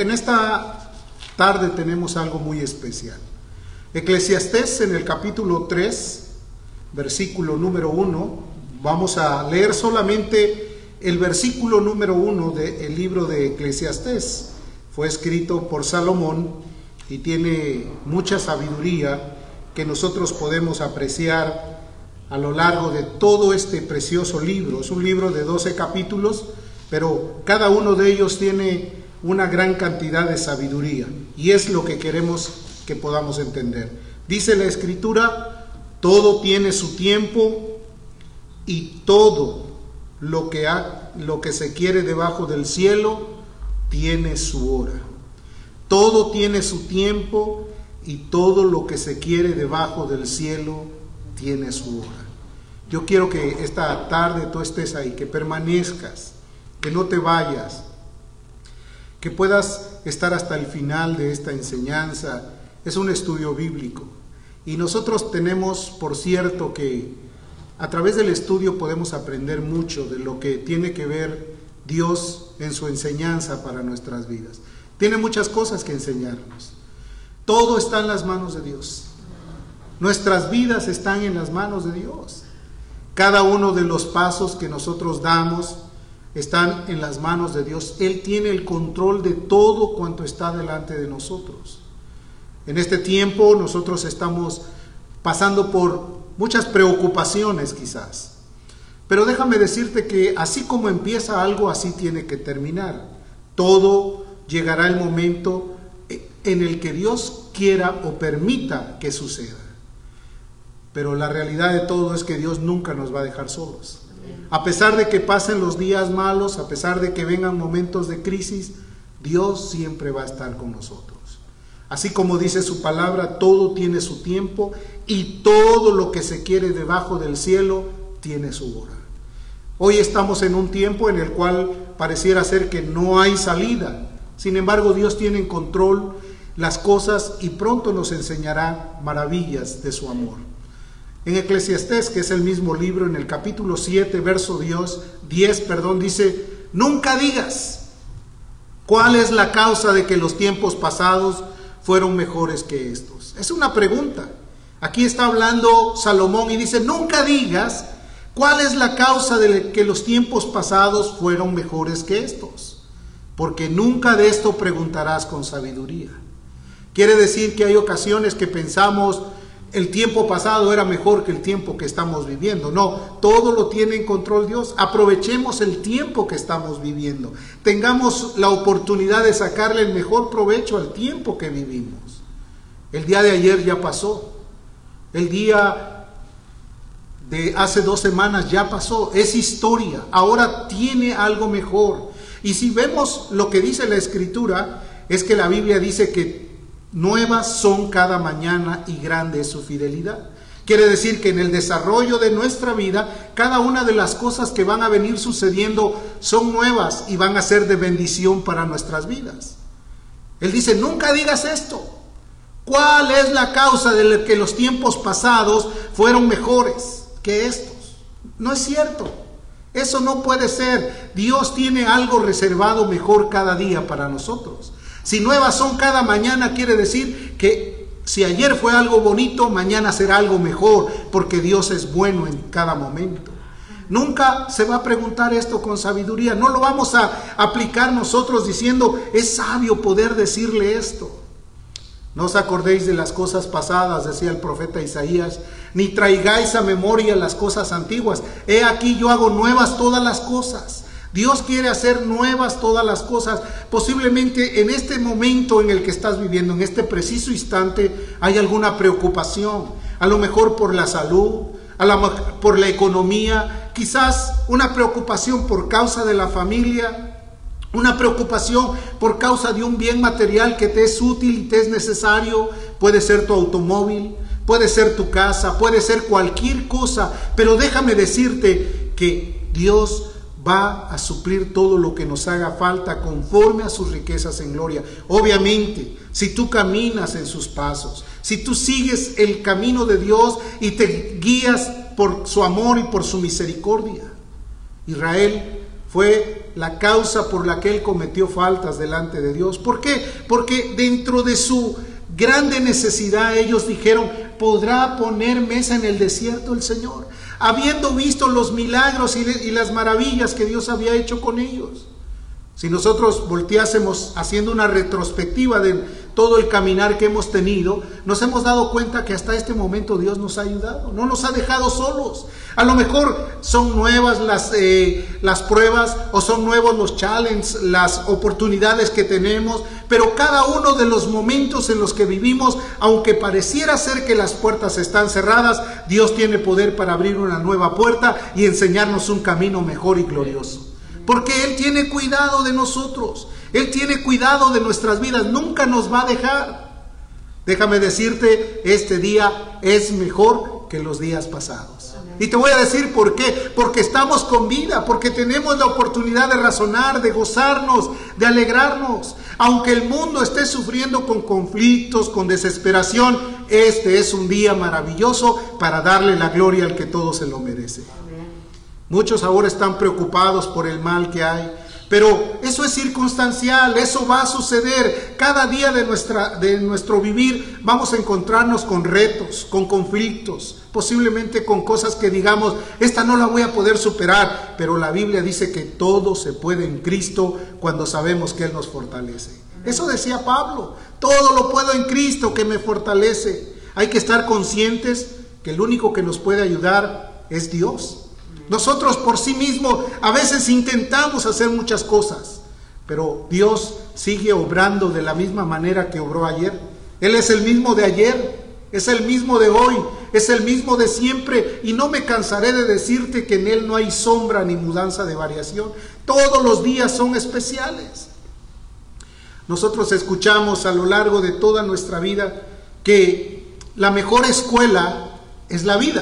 en esta tarde tenemos algo muy especial. Eclesiastés en el capítulo 3, versículo número 1, vamos a leer solamente el versículo número 1 del libro de Eclesiastés. Fue escrito por Salomón y tiene mucha sabiduría que nosotros podemos apreciar a lo largo de todo este precioso libro. Es un libro de 12 capítulos, pero cada uno de ellos tiene una gran cantidad de sabiduría, y es lo que queremos que podamos entender. Dice la Escritura: todo tiene su tiempo y todo lo que se quiere debajo del cielo tiene su hora. Todo tiene su tiempo y todo lo que se quiere debajo del cielo tiene su hora. Yo quiero que esta tarde tú estés ahí, que permanezcas, que no te vayas, que puedas estar hasta el final de esta enseñanza. Es un estudio bíblico y nosotros tenemos, por cierto, que a través del estudio podemos aprender mucho de lo que tiene que ver Dios en su enseñanza para nuestras vidas. Tiene muchas cosas que enseñarnos. Todo está en las manos de Dios. Nuestras vidas están en las manos de Dios. Cada uno de los pasos que nosotros damos están en las manos de Dios. Él tiene el control de todo cuanto está delante de nosotros. En este tiempo nosotros estamos pasando por muchas preocupaciones quizás. Pero déjame decirte que así como empieza algo, así tiene que terminar. Todo llegará el momento en el que Dios quiera o permita que suceda. Pero la realidad de todo es que Dios nunca nos va a dejar solos. A pesar de que pasen los días malos, a pesar de que vengan momentos de crisis, Dios siempre va a estar con nosotros. Así como dice su palabra, todo tiene su tiempo y todo lo que se quiere debajo del cielo tiene su hora. Hoy estamos en un tiempo en el cual pareciera ser que no hay salida. Sin embargo, Dios tiene en control las cosas y pronto nos enseñará maravillas de su amor. En Eclesiastés, que es el mismo libro, en el capítulo 7, verso 10, dice: nunca digas cuál es la causa de que los tiempos pasados fueron mejores que estos. Es una pregunta. Aquí está hablando Salomón y dice: nunca digas cuál es la causa de que los tiempos pasados fueron mejores que estos, porque nunca de esto preguntarás con sabiduría. Quiere decir que hay ocasiones que pensamos el tiempo pasado era mejor que el tiempo que estamos viviendo. No, todo lo tiene en control Dios. Aprovechemos el tiempo que estamos viviendo. Tengamos la oportunidad de sacarle el mejor provecho al tiempo que vivimos. El día de ayer ya pasó. El día de hace 2 semanas ya pasó. Es historia. Ahora tiene algo mejor. Y si vemos lo que dice la Escritura, es que la Biblia dice que nuevas son cada mañana y grande es su fidelidad. Quiere decir que en el desarrollo de nuestra vida, cada una de las cosas que van a venir sucediendo son nuevas y van a ser de bendición para nuestras vidas. Él dice: nunca digas esto. ¿Cuál es la causa de que los tiempos pasados fueron mejores que estos? No es cierto. Eso no puede ser. Dios tiene algo reservado mejor cada día para nosotros. Si nuevas son cada mañana, quiere decir que si ayer fue algo bonito, mañana será algo mejor, porque Dios es bueno en cada momento. Nunca se va a preguntar esto con sabiduría. No lo vamos a aplicar nosotros diciendo: es sabio poder decirle esto. No os acordéis de las cosas pasadas, decía el profeta Isaías, ni traigáis a memoria las cosas antiguas. He aquí yo hago nuevas todas las cosas. Dios quiere hacer nuevas todas las cosas. Posiblemente en este momento en el que estás viviendo, en este preciso instante, hay alguna preocupación. A lo mejor por la salud, por la economía, quizás una preocupación por causa de la familia, una preocupación por causa de un bien material que te es útil y te es necesario. Puede ser tu automóvil, puede ser tu casa, puede ser cualquier cosa. Pero déjame decirte que Dios va a suplir todo lo que nos haga falta conforme a sus riquezas en gloria. Obviamente, si tú caminas en sus pasos, si tú sigues el camino de Dios y te guías por su amor y por su misericordia. Israel fue la causa por la que él cometió faltas delante de Dios. ¿Por qué? Porque dentro de su grande necesidad ellos dijeron: ¿podrá poner mesa en el desierto el Señor? Habiendo visto los milagros y las maravillas que Dios había hecho con ellos. Si nosotros volteásemos haciendo una retrospectiva de todo el caminar que hemos tenido, nos hemos dado cuenta que hasta este momento Dios nos ha ayudado, no nos ha dejado solos. A lo mejor son nuevas las pruebas, o son nuevos los challenges, las oportunidades que tenemos, pero cada uno de los momentos en los que vivimos, aunque pareciera ser que las puertas están cerradas, Dios tiene poder para abrir una nueva puerta y enseñarnos un camino mejor y glorioso. Porque Él tiene cuidado de nosotros, Él tiene cuidado de nuestras vidas, nunca nos va a dejar. Déjame decirte, este día es mejor que los días pasados. Y te voy a decir por qué. Porque estamos con vida, porque tenemos la oportunidad de razonar, de gozarnos, de alegrarnos. Aunque el mundo esté sufriendo con conflictos, con desesperación, este es un día maravilloso para darle la gloria al que todo se lo merece. Muchos ahora están preocupados por el mal que hay, pero eso es circunstancial, eso va a suceder. Cada día de nuestro vivir vamos a encontrarnos con retos, con conflictos, posiblemente con cosas que digamos: esta no la voy a poder superar, pero la Biblia dice que todo se puede en Cristo cuando sabemos que Él nos fortalece. Eso decía Pablo: todo lo puedo en Cristo que me fortalece. Hay que estar conscientes que el único que nos puede ayudar es Dios. Nosotros por sí mismos a veces intentamos hacer muchas cosas, pero Dios sigue obrando de la misma manera que obró ayer. Él es el mismo de ayer, es el mismo de hoy, es el mismo de siempre, y no me cansaré de decirte que en Él no hay sombra ni mudanza de variación. Todos los días son especiales. Nosotros escuchamos a lo largo de toda nuestra vida que la mejor escuela es la vida.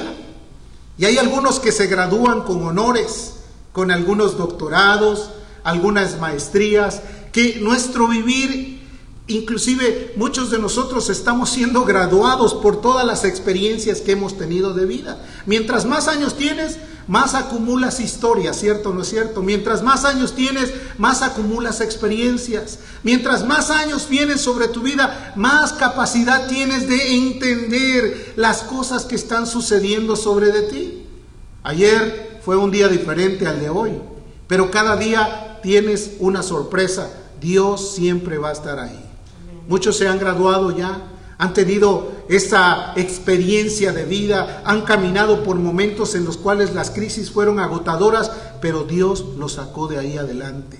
Y hay algunos que se gradúan con honores, con algunos doctorados, algunas maestrías, que nuestro vivir, inclusive muchos de nosotros estamos siendo graduados por todas las experiencias que hemos tenido de vida. Mientras más años tienes, más acumulas historias, ¿cierto o no es cierto? Mientras más años tienes, más acumulas experiencias. Mientras más años vienen sobre tu vida, más capacidad tienes de entender las cosas que están sucediendo sobre de ti. Ayer fue un día diferente al de hoy, pero cada día tienes una sorpresa. Dios siempre va a estar ahí. Muchos se han graduado ya, han tenido esa experiencia de vida, han caminado por momentos en los cuales las crisis fueron agotadoras, pero Dios los sacó de ahí adelante.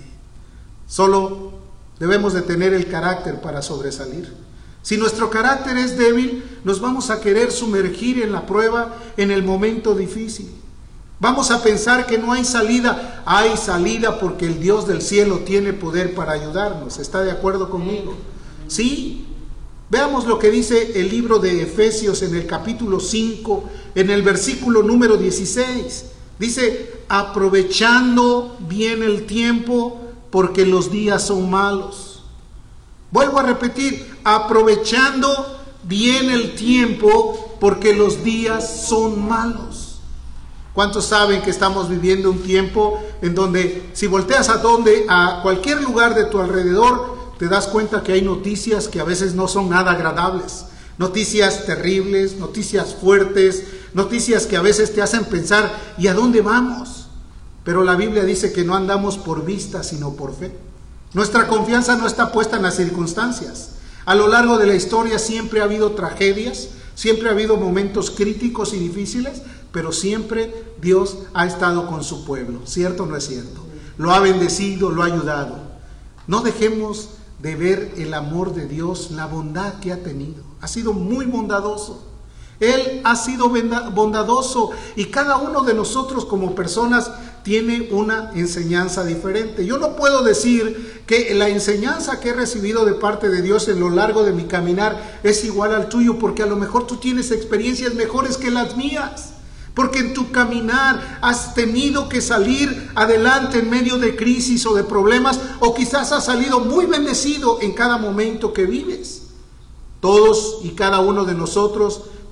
Solo debemos de tener el carácter para sobresalir. Si nuestro carácter es débil, nos vamos a querer sumergir en la prueba, en el momento difícil. Vamos a pensar que no hay salida. Hay salida porque el Dios del cielo tiene poder para ayudarnos. ¿Está de acuerdo conmigo? Sí. Veamos lo que dice el libro de Efesios en el capítulo 5, en el versículo número 16. Dice: aprovechando bien el tiempo porque los días son malos. Vuelvo a repetir: aprovechando bien el tiempo porque los días son malos. ¿Cuántos saben que estamos viviendo un tiempo en donde si volteas a cualquier lugar de tu alrededor, te das cuenta que hay noticias que a veces no son nada agradables, noticias terribles, noticias fuertes, noticias que a veces te hacen pensar: ¿y a dónde vamos? Pero la Biblia dice que no andamos por vista, sino por fe. Nuestra confianza no está puesta en las circunstancias. A lo largo de la historia siempre ha habido tragedias, siempre ha habido momentos críticos y difíciles, pero siempre Dios ha estado con su pueblo. ¿Cierto o no es cierto? Lo ha bendecido, lo ha ayudado. No dejemos de ver el amor de Dios, la bondad que ha tenido. Ha sido muy bondadoso. Él ha sido bondadoso, y cada uno de nosotros como personas tiene una enseñanza diferente. Yo no puedo decir que la enseñanza que he recibido de parte de Dios en lo largo de mi caminar es igual al tuyo, porque a lo mejor tú tienes experiencias mejores que las mías. Porque en tu caminar has tenido que salir adelante en medio de crisis o de problemas, o quizás has salido muy bendecido en cada momento que vives. Todos y cada uno de nosotros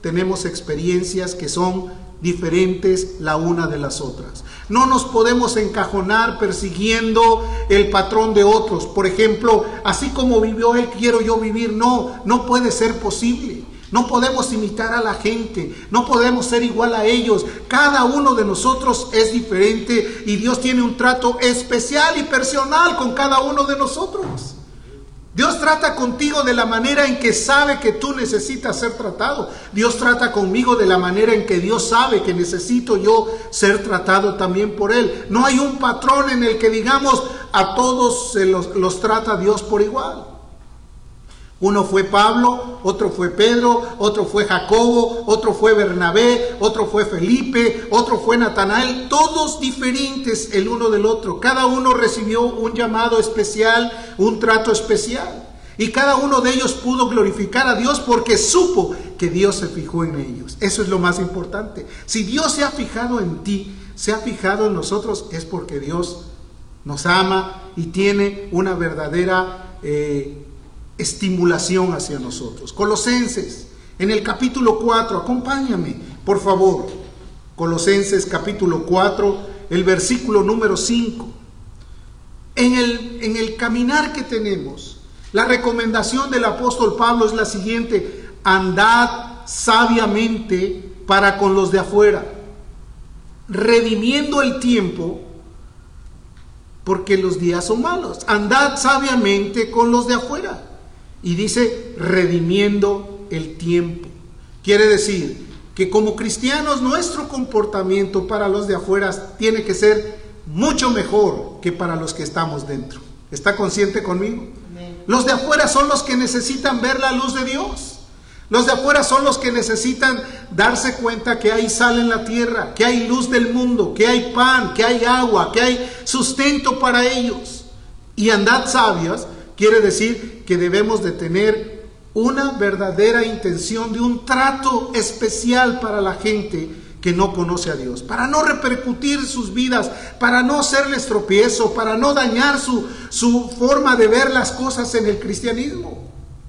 tenemos experiencias que son diferentes la una de las otras. No nos podemos encajonar persiguiendo el patrón de otros. Por ejemplo, así como vivió él, quiero yo vivir. No puede ser posible. No podemos imitar a la gente, no podemos ser igual a ellos. Cada uno de nosotros es diferente y Dios tiene un trato especial y personal con cada uno de nosotros. Dios trata contigo de la manera en que sabe que tú necesitas ser tratado. Dios trata conmigo de la manera en que Dios sabe que necesito yo ser tratado también por Él. No hay un patrón en el que digamos a todos los trata Dios por igual. Uno fue Pablo, otro fue Pedro, otro fue Jacobo, otro fue Bernabé, otro fue Felipe, otro fue Natanael, todos diferentes el uno del otro. Cada uno recibió un llamado especial, un trato especial. Y cada uno de ellos pudo glorificar a Dios porque supo que Dios se fijó en ellos. Eso es lo más importante. Si Dios se ha fijado en ti, se ha fijado en nosotros, es porque Dios nos ama y tiene una verdadera estimulación hacia nosotros. Colosenses, en el capítulo 4, acompáñame, por favor. Colosenses capítulo 4, el versículo número 5. En el caminar que tenemos, la recomendación del apóstol Pablo es la siguiente: andad sabiamente para con los de afuera, redimiendo el tiempo, porque los días son malos. Andad sabiamente con los de afuera. Y dice, redimiendo el tiempo. Quiere decir que como cristianos nuestro comportamiento para los de afuera tiene que ser mucho mejor que para los que estamos dentro. ¿Está consciente conmigo? Amén. Los de afuera son los que necesitan ver la luz de Dios. Los de afuera son los que necesitan darse cuenta que hay sal en la tierra, que hay luz del mundo, que hay pan, que hay agua, que hay sustento para ellos. Y andad sabias quiere decir que debemos de tener una verdadera intención de un trato especial para la gente que no conoce a Dios, para no repercutir sus vidas, para no hacerles tropiezo, para no dañar su forma de ver las cosas en el cristianismo.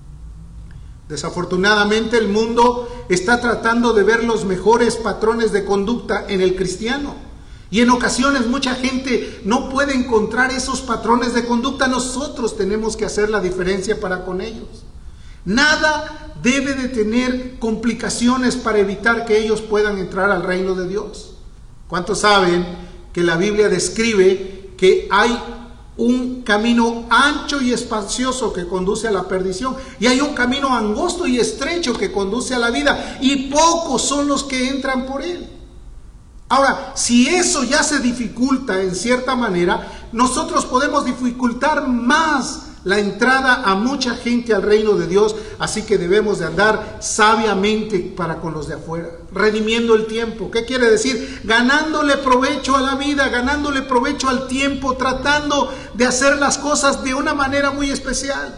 Desafortunadamente el mundo está tratando de ver los mejores patrones de conducta en el cristiano. Y en ocasiones mucha gente no puede encontrar esos patrones de conducta. Nosotros tenemos que hacer la diferencia para con ellos. Nada debe de tener complicaciones para evitar que ellos puedan entrar al reino de Dios. ¿Cuántos saben que la Biblia describe que hay un camino ancho y espacioso que conduce a la perdición, y hay un camino angosto y estrecho que conduce a la vida, y pocos son los que entran por él? Ahora, si eso ya se dificulta en cierta manera, nosotros podemos dificultar más la entrada a mucha gente al reino de Dios. Así que debemos de andar sabiamente para con los de afuera, redimiendo el tiempo. ¿Qué quiere decir? Ganándole provecho a la vida, ganándole provecho al tiempo, tratando de hacer las cosas de una manera muy especial.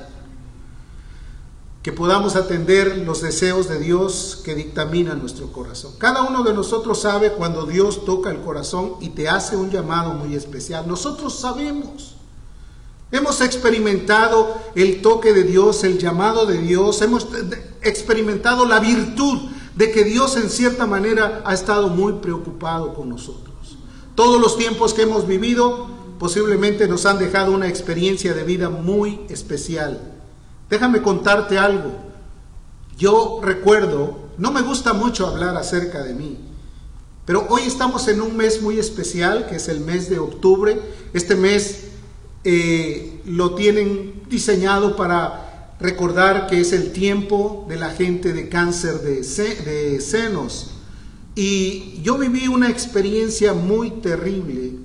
Que podamos atender los deseos de Dios que dictaminan nuestro corazón. Cada uno de nosotros sabe cuando Dios toca el corazón y te hace un llamado muy especial. Nosotros sabemos. Hemos experimentado el toque de Dios, el llamado de Dios. Hemos experimentado la virtud de que Dios en cierta manera ha estado muy preocupado con nosotros. Todos los tiempos que hemos vivido posiblemente nos han dejado una experiencia de vida muy especial. Déjame contarte algo. Yo recuerdo, no me gusta mucho hablar acerca de mí, pero hoy estamos en un mes muy especial, que es el mes de octubre. Este mes lo tienen diseñado para recordar que es el tiempo de la gente de cáncer de senos. Y yo viví una experiencia muy terrible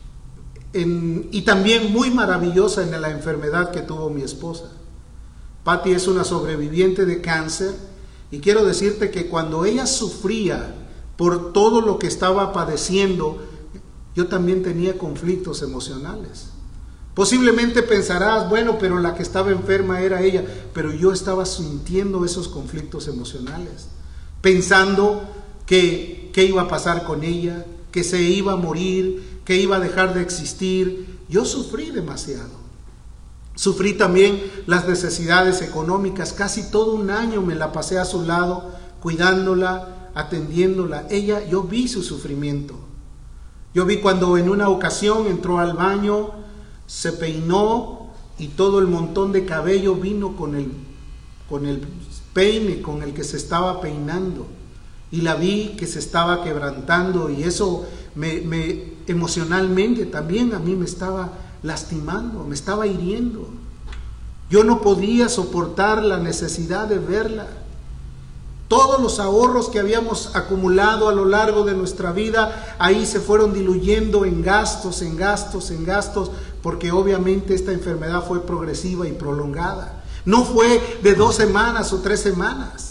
y también muy maravillosa en la enfermedad que tuvo mi esposa. Patty es una sobreviviente de cáncer, y quiero decirte que cuando ella sufría por todo lo que estaba padeciendo, yo también tenía conflictos emocionales. Posiblemente pensarás, bueno, pero la que estaba enferma era ella, pero yo estaba sintiendo esos conflictos emocionales, pensando que qué iba a pasar con ella, que se iba a morir, que iba a dejar de existir. Yo sufrí demasiado. Sufrí también las necesidades económicas. Casi todo un año me la pasé a su lado cuidándola, atendiéndola. Yo vi su sufrimiento. Yo vi cuando en una ocasión entró al baño, se peinó y todo el montón de cabello vino con el peine con el que se estaba peinando. Y la vi que se estaba quebrantando, y eso me emocionalmente también a mí me estaba lastimando, me estaba hiriendo. Yo no podía soportar la necesidad de verla. Todos los ahorros que habíamos acumulado a lo largo de nuestra vida, ahí se fueron diluyendo en gastos, porque obviamente esta enfermedad fue progresiva y prolongada. No fue de 2 semanas o 3 semanas.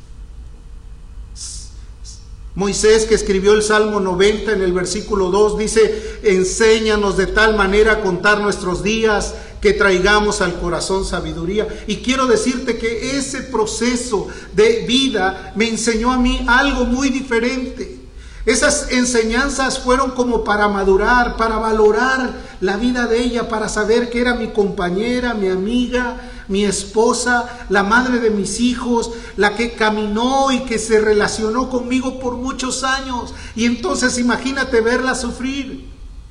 Moisés, que escribió el Salmo 90 en el versículo 2, dice: enséñanos de tal manera a contar nuestros días, que traigamos al corazón sabiduría. Y quiero decirte que ese proceso de vida me enseñó a mí algo muy diferente. Esas enseñanzas fueron como para madurar, para valorar la vida de ella, para saber que era mi compañera, mi amiga, mi esposa, la madre de mis hijos, la que caminó y que se relacionó conmigo por muchos años. Y entonces imagínate verla sufrir.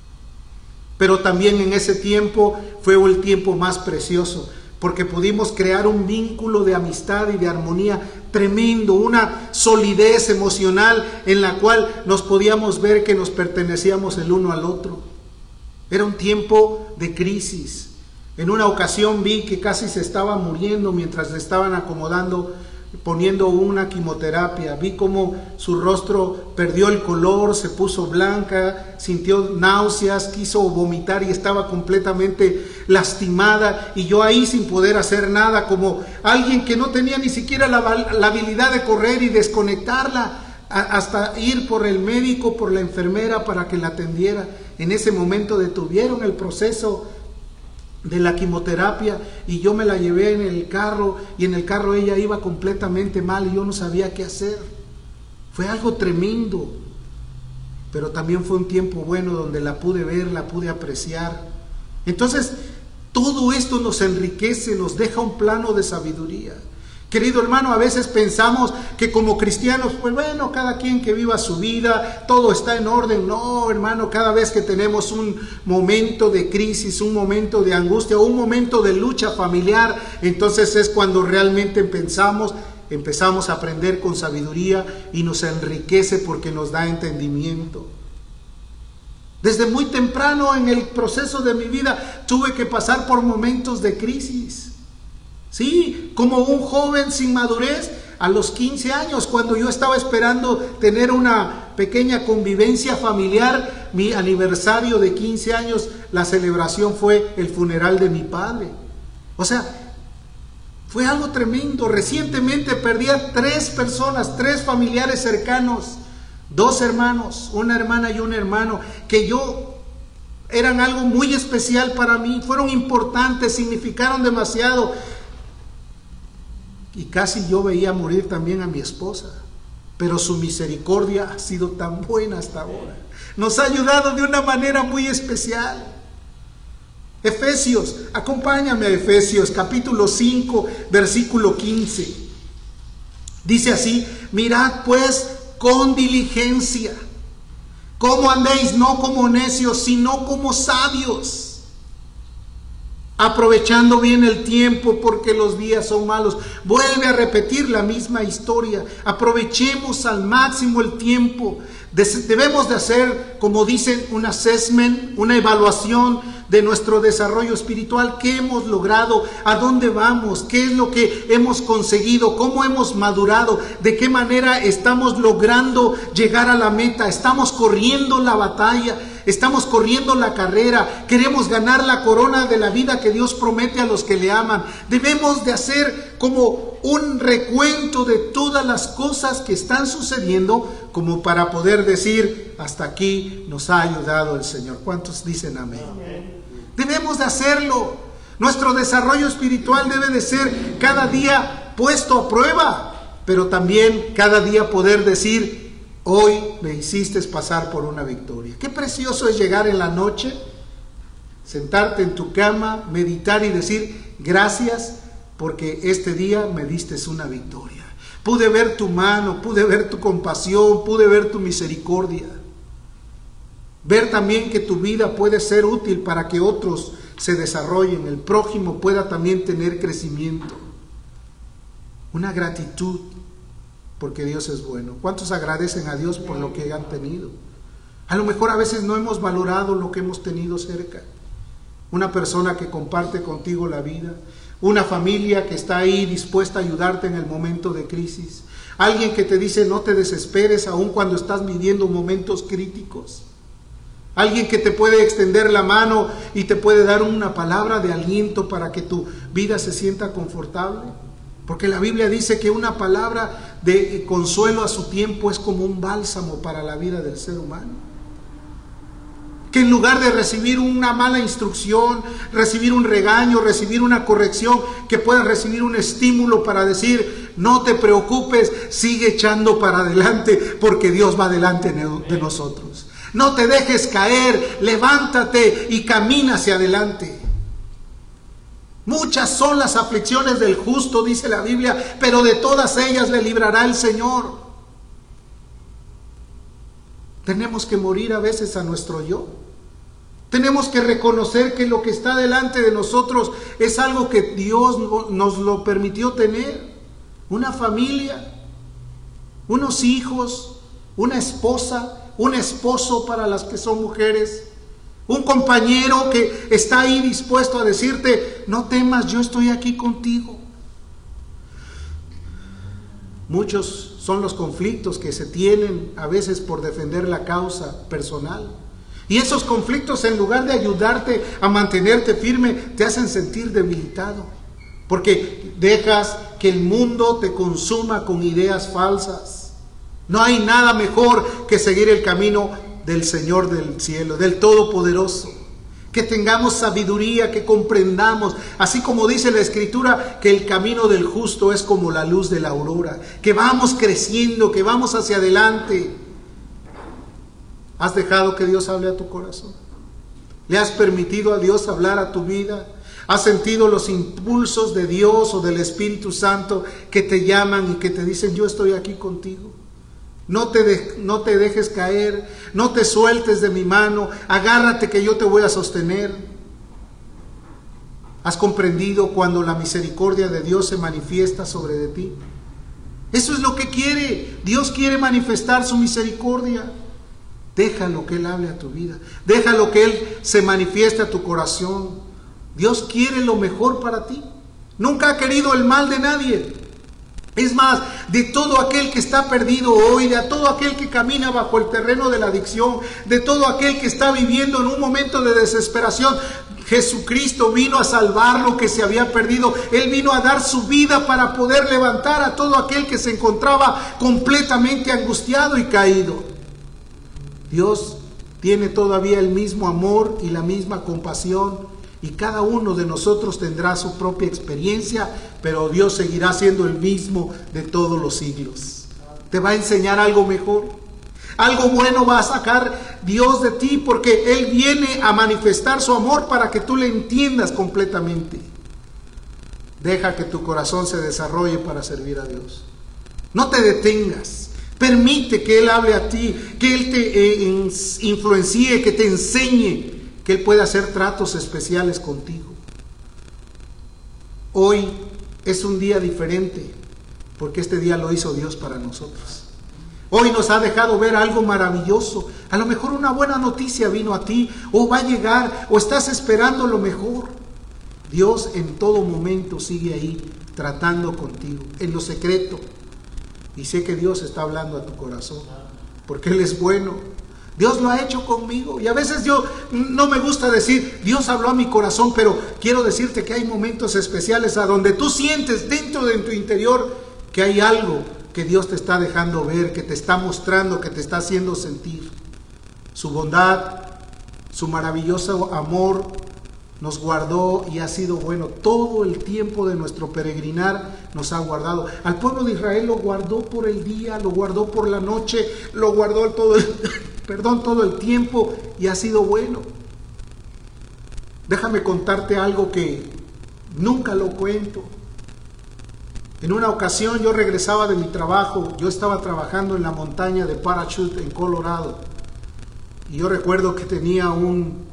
Pero también en ese tiempo fue el tiempo más precioso, porque pudimos crear un vínculo de amistad y de armonía tremendo, una solidez emocional en la cual nos podíamos ver que nos pertenecíamos el uno al otro. Era un tiempo de crisis. En una ocasión vi que casi se estaba muriendo mientras le estaban acomodando, poniendo una quimioterapia. Vi cómo su rostro perdió el color, se puso blanca, sintió náuseas, quiso vomitar y estaba completamente lastimada. Y yo ahí sin poder hacer nada, como alguien que no tenía ni siquiera la habilidad de correr y desconectarla, hasta ir por el médico, por la enfermera para que la atendiera. En ese momento detuvieron el proceso de la quimioterapia y yo me la llevé en el carro, y en el carro ella iba completamente mal y yo no sabía qué hacer. Fue algo tremendo, pero también fue un tiempo bueno donde la pude ver, la pude apreciar. Entonces todo esto nos enriquece, nos deja un plano de sabiduría. Querido hermano, a veces pensamos que como cristianos, pues bueno, cada quien que viva su vida, todo está en orden. No, hermano, cada vez que tenemos un momento de crisis, un momento de angustia o un momento de lucha familiar, entonces es cuando realmente empezamos a aprender con sabiduría y nos enriquece porque nos da entendimiento. Desde muy temprano en el proceso de mi vida tuve que pasar por momentos de crisis. Sí, como un joven sin madurez, a los 15 años, cuando yo estaba esperando tener una pequeña convivencia familiar, mi aniversario de 15 años, la celebración fue el funeral de mi padre. O sea, fue algo tremendo. Recientemente perdí a 3 personas, 3 familiares cercanos, 2 hermanos, una hermana y un hermano, que eran algo muy especial para mí, fueron importantes, significaron demasiado. Y casi yo veía morir también a mi esposa, pero su misericordia ha sido tan buena hasta ahora. Nos ha ayudado de una manera muy especial. Efesios, acompáñame a Efesios capítulo 5, versículo 15. Dice así: mirad pues con diligencia cómo andéis, no como necios, sino como sabios, aprovechando bien el tiempo, porque los días son malos. Vuelve a repetir la misma historia. Aprovechemos al máximo el tiempo. Debemos de hacer, como dicen, un assessment, una evaluación de nuestro desarrollo espiritual. ¿Qué hemos logrado? ¿A dónde vamos? ¿Qué es lo que hemos conseguido? ¿Cómo hemos madurado? ¿De qué manera estamos logrando llegar a la meta? ¿Estamos corriendo la batalla? ¿Estamos corriendo la carrera? ¿Queremos ganar la corona de la vida que Dios promete a los que le aman? Debemos de hacer como un recuento de todas las cosas que están sucediendo, como para poder decir: hasta aquí nos ha ayudado el Señor. ¿Cuántos dicen amén? Amén. Debemos de hacerlo. Nuestro desarrollo espiritual debe de ser cada día puesto a prueba, pero también cada día poder decir: hoy me hiciste pasar por una victoria. Qué precioso es llegar en la noche, sentarte en tu cama, meditar y decir: gracias porque este día me diste una victoria. Pude ver tu mano, pude ver tu compasión, pude ver tu misericordia. Ver también que tu vida puede ser útil para que otros se desarrollen, el prójimo pueda también tener crecimiento. Una gratitud, porque Dios es bueno. ¿Cuántos agradecen a Dios por lo que han tenido? A lo mejor a veces no hemos valorado lo que hemos tenido cerca. Una persona que comparte contigo la vida, una familia que está ahí dispuesta a ayudarte en el momento de crisis, alguien que te dice no te desesperes aun cuando estás viviendo momentos críticos, alguien que te puede extender la mano y te puede dar una palabra de aliento para que tu vida se sienta confortable. Porque la Biblia dice que una palabra de consuelo a su tiempo es como un bálsamo para la vida del ser humano. Que en lugar de recibir una mala instrucción, recibir un regaño, recibir una corrección, que puedas recibir un estímulo para decir, no te preocupes, sigue echando para adelante, porque Dios va delante de nosotros. No te dejes caer, levántate y camina hacia adelante. Muchas son las aflicciones del justo, dice la Biblia, pero de todas ellas le librará el Señor. Tenemos que morir a veces a nuestro yo. Tenemos que reconocer que lo que está delante de nosotros es algo que Dios nos lo permitió tener. Una familia, unos hijos, una esposa, un esposo para las que son mujeres, un compañero que está ahí dispuesto a decirte, no temas, yo estoy aquí contigo. Muchos son los conflictos que se tienen a veces por defender la causa personal. Y esos conflictos, en lugar de ayudarte a mantenerte firme, te hacen sentir debilitado. Porque dejas que el mundo te consuma con ideas falsas. No hay nada mejor que seguir el camino del Señor del cielo, del Todopoderoso. Que tengamos sabiduría, que comprendamos, así como dice la Escritura, que el camino del justo es como la luz de la aurora, que vamos creciendo, que vamos hacia adelante. ¿Has dejado que Dios hable a tu corazón? ¿Le has permitido a Dios hablar a tu vida? ¿Has sentido los impulsos de Dios o del Espíritu Santo que te llaman y que te dicen, yo estoy aquí contigo? No te dejes caer, no te sueltes de mi mano, agárrate que yo te voy a sostener. ¿Has comprendido cuando la misericordia de Dios se manifiesta sobre de ti? Eso es lo que quiere. Dios quiere manifestar su misericordia. Déjalo que Él hable a tu vida. Déjalo que Él se manifieste a tu corazón. Dios quiere lo mejor para ti. Nunca ha querido el mal de nadie. Es más, de todo aquel que está perdido hoy, de todo aquel que camina bajo el terreno de la adicción, de todo aquel que está viviendo en un momento de desesperación, Jesucristo vino a salvar lo que se había perdido. Él vino a dar su vida para poder levantar a todo aquel que se encontraba completamente angustiado y caído. Dios tiene todavía el mismo amor y la misma compasión, y cada uno de nosotros tendrá su propia experiencia, pero Dios seguirá siendo el mismo de todos los siglos. Te va a enseñar algo mejor, algo bueno va a sacar Dios de ti, porque Él viene a manifestar su amor para que tú le entiendas completamente. Deja que tu corazón se desarrolle para servir a Dios. No te detengas. Permite que Él hable a ti, que Él te influencie, que te enseñe, que Él pueda hacer tratos especiales contigo. Hoy es un día diferente, porque este día lo hizo Dios para nosotros. Hoy nos ha dejado ver algo maravilloso. A lo mejor una buena noticia vino a ti, o va a llegar, o estás esperando lo mejor. Dios en todo momento sigue ahí, tratando contigo, en lo secreto. Y sé que Dios está hablando a tu corazón, porque Él es bueno. Dios lo ha hecho conmigo. Y a veces yo no me gusta decir, Dios habló a mi corazón, pero quiero decirte que hay momentos especiales a donde tú sientes dentro de tu interior que hay algo que Dios te está dejando ver, que te está mostrando, que te está haciendo sentir. Su bondad, su maravilloso amor nos guardó y ha sido bueno. Todo el tiempo de nuestro peregrinar nos ha guardado. Al pueblo de Israel lo guardó por el día, lo guardó por la noche, lo guardó todo el tiempo, y ha sido bueno. Déjame contarte algo que nunca lo cuento. En una ocasión yo regresaba de mi trabajo, yo estaba trabajando en la montaña de Parachute en Colorado, y yo recuerdo que tenía un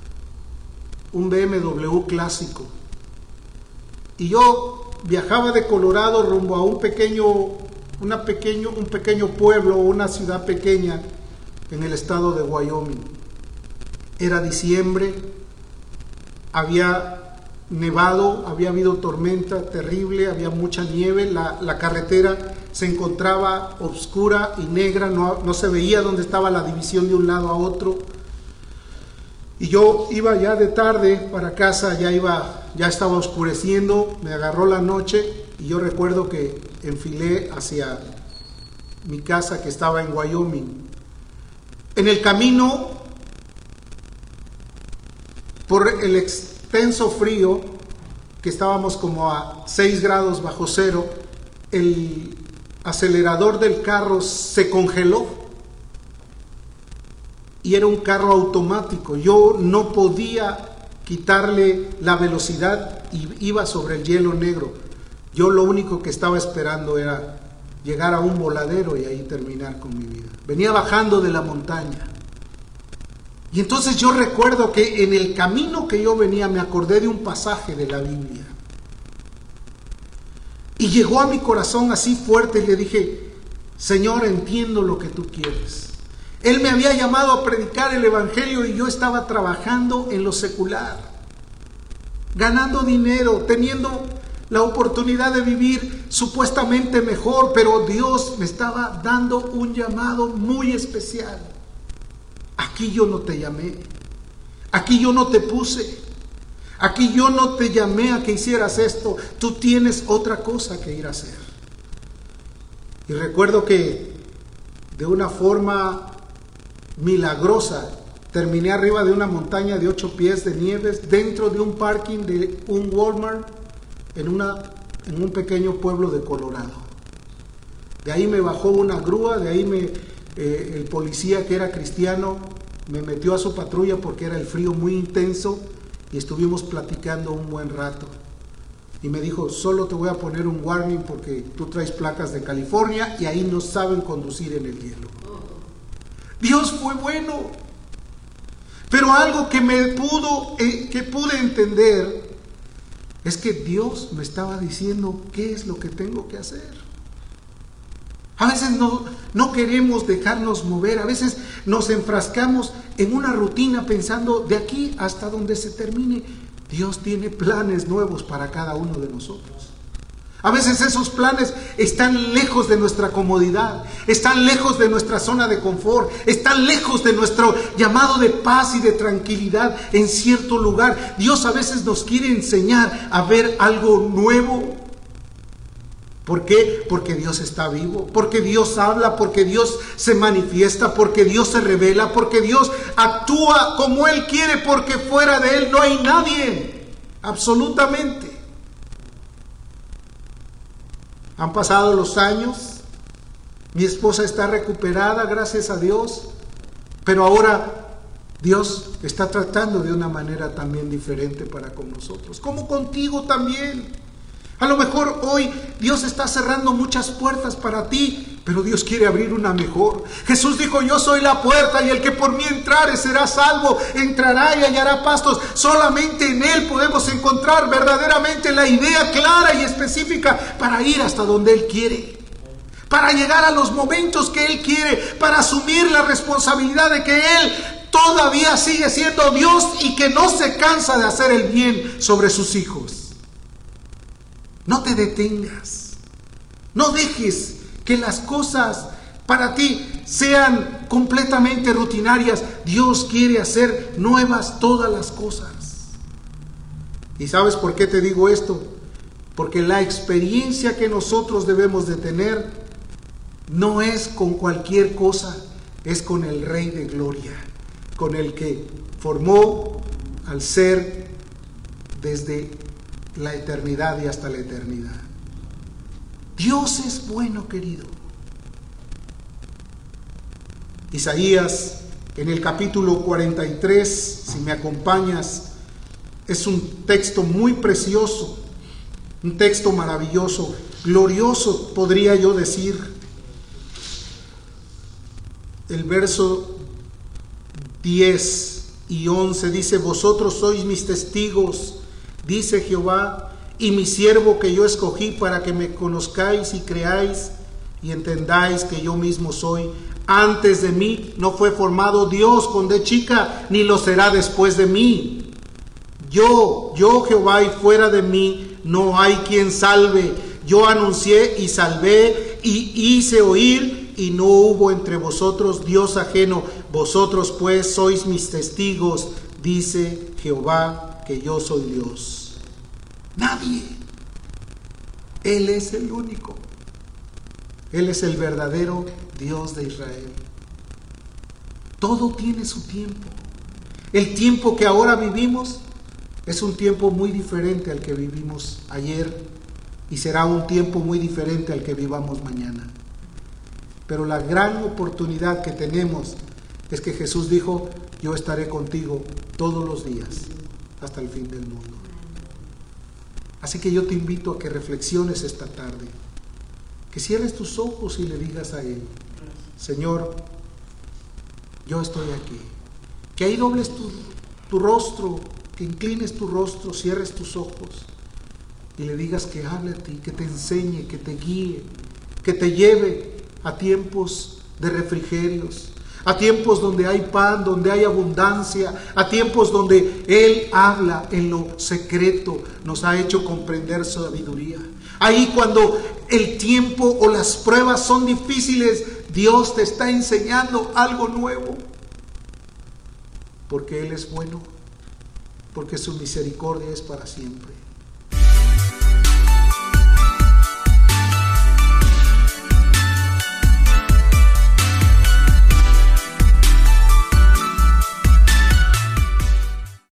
BMW clásico, y yo viajaba de Colorado rumbo a un pequeño pueblo, una ciudad pequeña en el estado de Wyoming. Era diciembre, había nevado, había habido tormenta terrible, había mucha nieve, la carretera se encontraba oscura y negra, no se veía dónde estaba la división de un lado a otro. Y yo iba ya de tarde para casa, ya estaba oscureciendo, me agarró la noche, y yo recuerdo que enfilé hacia mi casa que estaba en Wyoming. En el camino, por el extenso frío, que estábamos como a 6 grados bajo cero, el acelerador del carro se congeló, y era un carro automático. Yo no podía quitarle la velocidad y iba sobre el hielo negro. Yo lo único que estaba esperando era llegar a un voladero y ahí terminar con mi vida. Venía bajando de la montaña. Y entonces yo recuerdo que en el camino que yo venía me acordé de un pasaje de la Biblia. Y llegó a mi corazón así fuerte y le dije: Señor, entiendo lo que tú quieres. Él me había llamado a predicar el evangelio y yo estaba trabajando en lo secular, ganando dinero, teniendo la oportunidad de vivir supuestamente mejor, pero Dios me estaba dando un llamado muy especial. Aquí yo no te llamé, aquí yo no te puse, aquí yo no te llamé a que hicieras esto, tú tienes otra cosa que ir a hacer. Y recuerdo que de una forma milagrosa terminé arriba de una montaña de 8 pies de nieves, dentro de un parking de un Walmart en un pequeño pueblo de Colorado. De ahí me bajó una grúa, de ahí el policía, que era cristiano, me metió a su patrulla porque era el frío muy intenso, y estuvimos platicando un buen rato. Y me dijo: solo te voy a poner un warning porque tú traes placas de California y ahí no saben conducir en el hielo. Dios fue bueno. Pero algo que pude entender es que Dios me estaba diciendo qué es lo que tengo que hacer. A veces no queremos dejarnos mover, a veces nos enfrascamos en una rutina pensando de aquí hasta donde se termine. Dios tiene planes nuevos para cada uno de nosotros. A veces esos planes están lejos de nuestra comodidad, están lejos de nuestra zona de confort, están lejos de nuestro llamado de paz y de tranquilidad en cierto lugar. Dios a veces nos quiere enseñar a ver algo nuevo. ¿Por qué? Porque Dios está vivo, porque Dios habla, porque Dios se manifiesta, porque Dios se revela, porque Dios actúa como Él quiere, porque fuera de Él no hay nadie, absolutamente. Han pasado los años, mi esposa está recuperada, gracias a Dios, pero ahora Dios está tratando de una manera también diferente para con nosotros, como contigo también. A lo mejor hoy Dios está cerrando muchas puertas para ti, pero Dios quiere abrir una mejor. Jesús dijo: yo soy la puerta, y el que por mí entrare será salvo, entrará y hallará pastos. Solamente en Él podemos encontrar verdaderamente la idea clara y específica para ir hasta donde Él quiere, para llegar a los momentos que Él quiere, para asumir la responsabilidad de que Él todavía sigue siendo Dios y que no se cansa de hacer el bien sobre sus hijos. No te detengas, no dejes que las cosas para ti sean completamente rutinarias. Dios quiere hacer nuevas todas las cosas. ¿Y sabes por qué te digo esto? Porque la experiencia que nosotros debemos de tener no es con cualquier cosa, es con el Rey de Gloria, con el que formó al ser desde la eternidad y hasta la eternidad. Dios es bueno, querido. Isaías, en el capítulo 43, si me acompañas, es un texto muy precioso, un texto maravilloso. glorioso, podría yo decir. El verso 10 y 11 dice: vosotros sois mis testigos, dice Jehová, y mi siervo que yo escogí para que me conozcáis y creáis y entendáis que yo mismo soy. Antes de mí no fue formado Dios con D chica, ni lo será después de mí. Yo Jehová, y fuera de mí no hay quien salve. Yo anuncié y salvé y hice oír, y no hubo entre vosotros Dios ajeno. Vosotros pues sois mis testigos, dice Jehová, que yo soy Dios. Nadie. Él es el único. Él es el verdadero Dios de Israel. Todo tiene su tiempo. El tiempo que ahora vivimos es un tiempo muy diferente al que vivimos ayer, y será un tiempo muy diferente al que vivamos mañana. Pero la gran oportunidad que tenemos es que Jesús dijo: yo estaré contigo todos los días hasta el fin del mundo. Así que yo te invito a que reflexiones esta tarde, que cierres tus ojos y le digas a Él: Señor, yo estoy aquí. Que ahí dobles tu rostro, que inclines tu rostro, cierres tus ojos y le digas que hable a ti, que te enseñe, que te guíe, que te lleve a tiempos de refrigerios, a tiempos donde hay pan, donde hay abundancia, a tiempos donde Él habla en lo secreto, nos ha hecho comprender sabiduría. Ahí cuando el tiempo o las pruebas son difíciles, Dios te está enseñando algo nuevo, porque Él es bueno, porque su misericordia es para siempre.